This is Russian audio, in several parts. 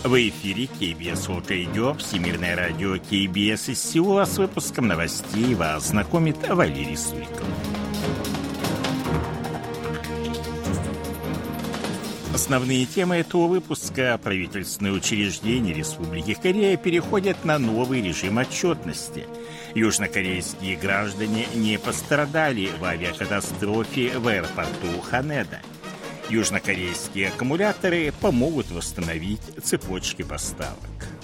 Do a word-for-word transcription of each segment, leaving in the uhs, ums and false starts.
В эфире кей би эс World Radio, Всемирное радио кей би эс из Сеула. С выпуском новостей вас знакомит Валерий Суриков. Основные темы этого выпуска: правительственные учреждения Республики Корея переходят на новый режим отчетности. Южнокорейские граждане не пострадали в авиакатастрофе в аэропорту Ханеда. Южнокорейские аккумуляторы помогут восстановить цепочки поставок.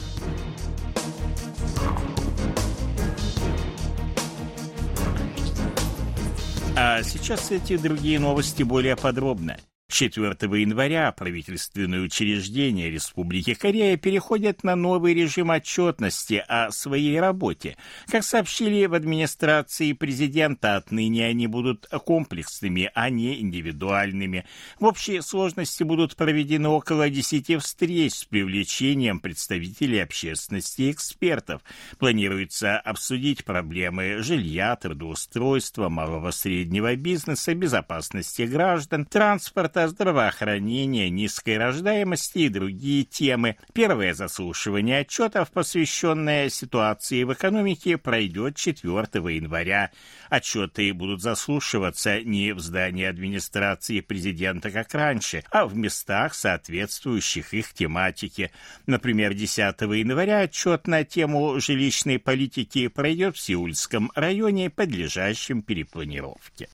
А сейчас эти и другие новости более подробно. четвёртого января правительственные учреждения Республики Корея переходят на новый режим отчетности о своей работе. Как сообщили в администрации президента, отныне они будут комплексными, а не индивидуальными. В общей сложности будут проведены около десяти встреч с привлечением представителей общественности и экспертов. Планируется обсудить проблемы жилья, трудоустройства, малого-среднего бизнеса, безопасности граждан, транспорта, здравоохранения, низкой рождаемости и другие темы. Первое заслушивание отчетов, посвященное ситуации в экономике, пройдет четвёртого января. Отчеты будут заслушиваться не в здании администрации президента, как раньше, а в местах, соответствующих их тематике. Например, десятого января отчет на тему жилищной политики пройдет в Сеульском районе, подлежащем перепланировке.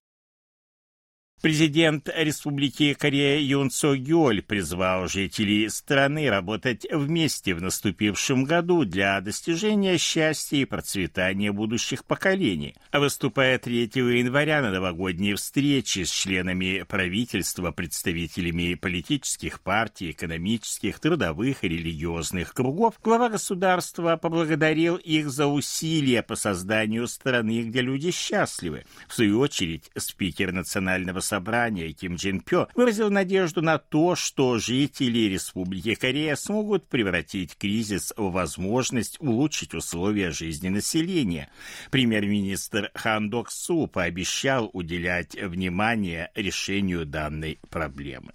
Президент Республики Корея Юн Сок-Гёль призвал жителей страны работать вместе в наступившем году для достижения счастья и процветания будущих поколений. Выступая третьего января на новогодней встрече с членами правительства, представителями политических партий, экономических, трудовых и религиозных кругов, глава государства поблагодарил их за усилия по созданию страны, где люди счастливы. В свою очередь, спикер Национального собрания Ким Чжен Пхё выразил надежду на то, что жители Республики Корея смогут превратить кризис в возможность улучшить условия жизни населения. Премьер-министр Хан Док-су пообещал уделять внимание решению данной проблемы.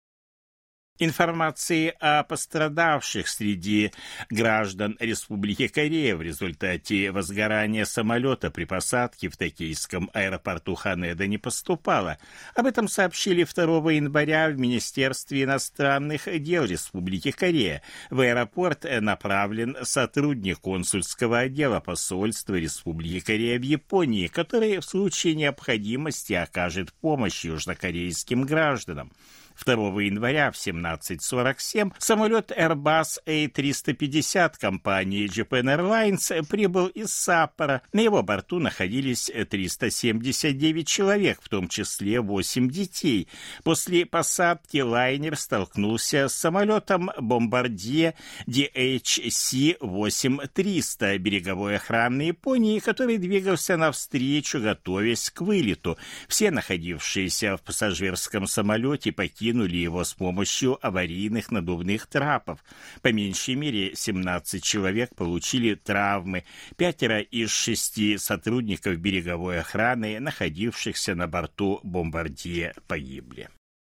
Информации о пострадавших среди граждан Республики Корея в результате возгорания самолета при посадке в токийском аэропорту Ханеда не поступало. Об этом сообщили второго января в Министерстве иностранных дел Республики Корея. В аэропорт направлен сотрудник консульского отдела посольства Республики Корея в Японии, который в случае необходимости окажет помощь южнокорейским гражданам. второго января в семнадцать сорок семь самолет Airbus эй триста пятьдесят компании Japan Airlines прибыл из Саппоро. На его борту находились триста семьдесят девять человек, в том числе восемь детей. После посадки лайнер столкнулся с самолетом Bombardier ди эйч си восемь триста береговой охраны Японии, который двигался навстречу, готовясь к вылету. Все находившиеся в пассажирском самолете покинули Кинули его с помощью аварийных надувных трапов. По меньшей мере семнадцать человек получили травмы. Пятеро из шести сотрудников береговой охраны, находившихся на борту «Бомбардье», погибли.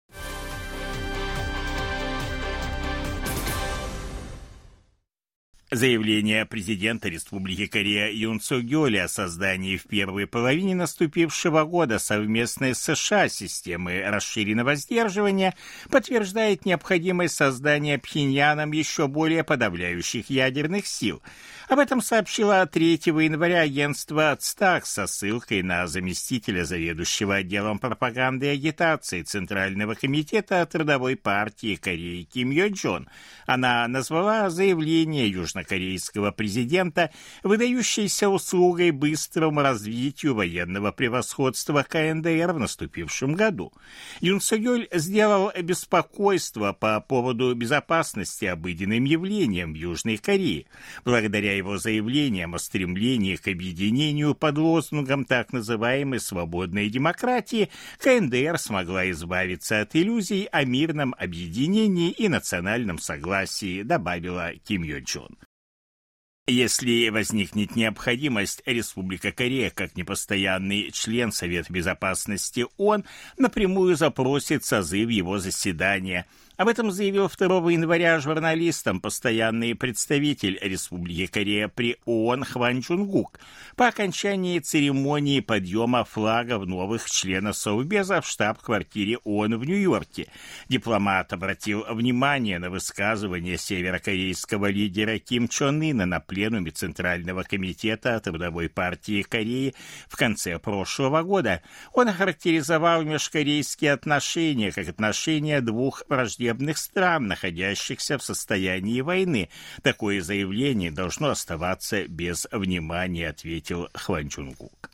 Заявление президента Республики Корея Юн Сок-Гёля о создании в первой половине наступившего года совместной с США системы расширенного сдерживания подтверждает необходимость создания Пхеньяном еще более подавляющих ядерных сил. Об этом сообщило третьего января агентство Цтак со ссылкой на заместителя заведующего отделом пропаганды и агитации Центрального комитета Трудовой партии Кореи Ким Йо-джон. Она назвала заявление южнокорейского президента выдающейся услугой быстрому развитию военного превосходства ка эн дэ эр в наступившем году. Юн Сок-Гёль сделал беспокойство по поводу безопасности обыденным явлением в Южной Корее. Благодаря его заявлениям о стремлении к объединению под лозунгом так называемой «свободной демократии», ка эн дэ эр смогла избавиться от иллюзий о мирном объединении и национальном согласии, добавила Ким Йо-джон. Если возникнет необходимость, Республика Корея, как непостоянный член Совета Безопасности ООН, напрямую запросит созыв его заседания. Об этом заявил второго января журналистам постоянный представитель Республики Корея при ООН Хван Чунгук по окончании церемонии подъема флагов новых членов Совбеза в штаб-квартире ООН в Нью-Йорке. Дипломат обратил внимание на высказывание северокорейского лидера Ким Чен Ына на пленуме Центрального комитета Трудовой партии Кореи в конце прошлого года. Он охарактеризовал межкорейские отношения как отношения двух враждебных стран, находящихся в состоянии войны. Такое заявление должно оставаться без внимания, ответил Хван Чунгук.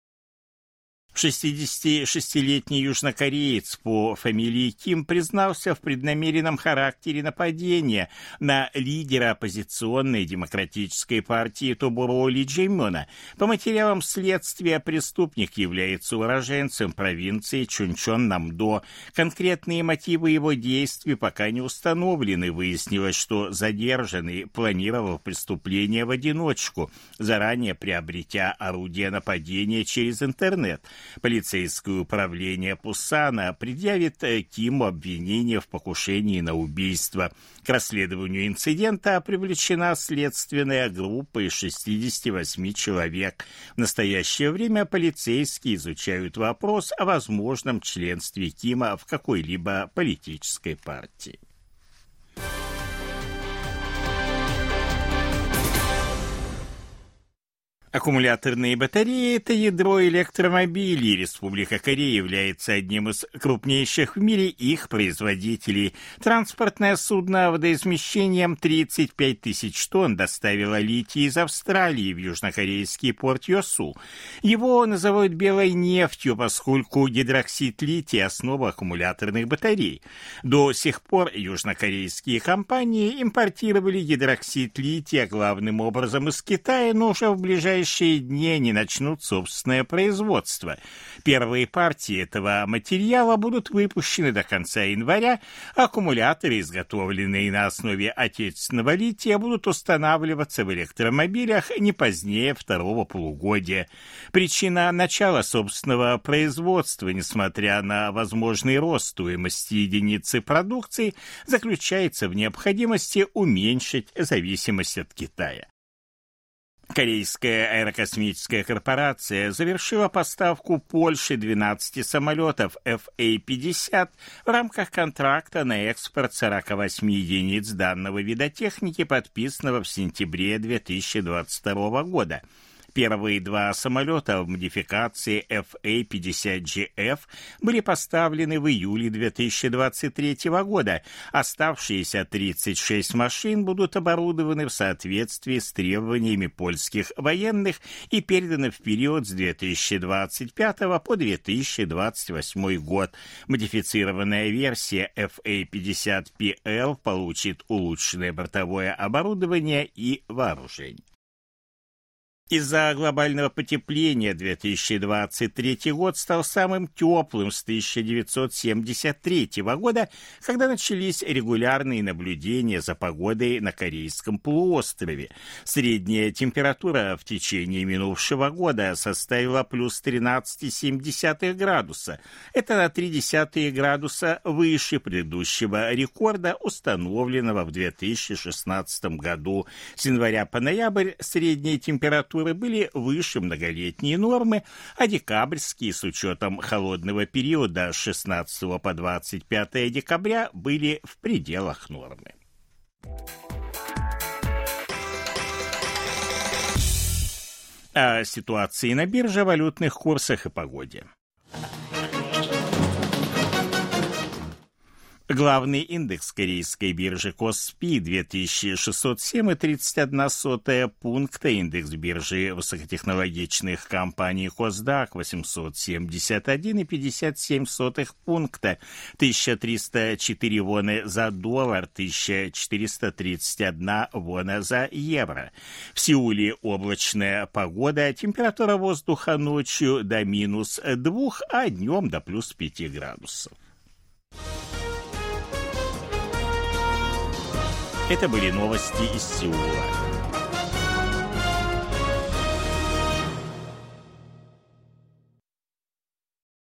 шестидесятишестилетний южнокореец по фамилии Ким признался в преднамеренном характере нападения на лидера оппозиционной демократической партии Тобуро Ли Джеймона. По материалам следствия, преступник является уроженцем провинции Чунчон-Намдо. Конкретные мотивы его действий пока не установлены. Выяснилось, что задержанный планировал преступление в одиночку, заранее приобретя орудие нападения через интернет. Полицейское управление Пусана предъявит Киму обвинение в покушении на убийство. К расследованию инцидента привлечена следственная группа из шестидесяти восьми человек. В настоящее время полицейские изучают вопрос о возможном членстве Кима в какой-либо политической партии. Аккумуляторные батареи – это ядро электромобилей. Республика Корея является одним из крупнейших в мире их производителей. Транспортное судно водоизмещением тридцать пять тысяч тонн доставило литий из Австралии в южнокорейский порт Йосу. Его называют белой нефтью, поскольку гидроксид лития – основа аккумуляторных батарей. До сих пор южнокорейские компании импортировали гидроксид лития главным образом из Китая, но уже в ближайшие В ближайшие дни они начнут собственное производство. Первые партии этого материала будут выпущены до конца января. Аккумуляторы, изготовленные на основе отечественного лития, будут устанавливаться в электромобилях не позднее второго полугодия. Причина начала собственного производства, несмотря на возможный рост стоимости единицы продукции, заключается в необходимости уменьшить зависимость от Китая. Корейская аэрокосмическая корпорация завершила поставку Польше двенадцати самолетов эф эй пятьдесят в рамках контракта на экспорт сорока восьми единиц данного вида техники, подписанного в сентябре две тысячи двадцать второго года. Первые два самолета в модификации эф эй пятьдесят джи эф были поставлены в июле две тысячи двадцать третьего года. Оставшиеся тридцать шесть машин будут оборудованы в соответствии с требованиями польских военных и переданы в период с две тысячи двадцать пятого по две тысячи двадцать восьмой год. Модифицированная версия эф эй пятьдесят пи эл получит улучшенное бортовое оборудование и вооружение. Из-за глобального потепления две тысячи двадцать третий год стал самым теплым с тысяча девятьсот семьдесят третьего года, когда начались регулярные наблюдения за погодой на Корейском полуострове. Средняя температура в течение минувшего года составила плюс тринадцать целых семь десятых градуса. Это на три десятых градуса выше предыдущего рекорда, установленного в две тысячи шестнадцатом году. С января по ноябрь средняя температура были выше многолетней нормы, а декабрьские, с учетом холодного периода с шестнадцатого по двадцать пятое декабря, были в пределах нормы. О ситуации на бирже, валютных курсах и погоде. Главный индекс корейской биржи Коспи две тысячи шестьсот семь целых тридцать одна сотая пункта, индекс биржи высокотехнологичных компаний Косдак восемьсот семьдесят один целых пятьдесят семь сотых пункта, тысяча триста четыре воны за доллар, тысяча четыреста тридцать одна вона за евро. В Сеуле облачная погода, температура воздуха ночью до минус двух, а днем до плюс пяти градусов. Это были новости из Сеула.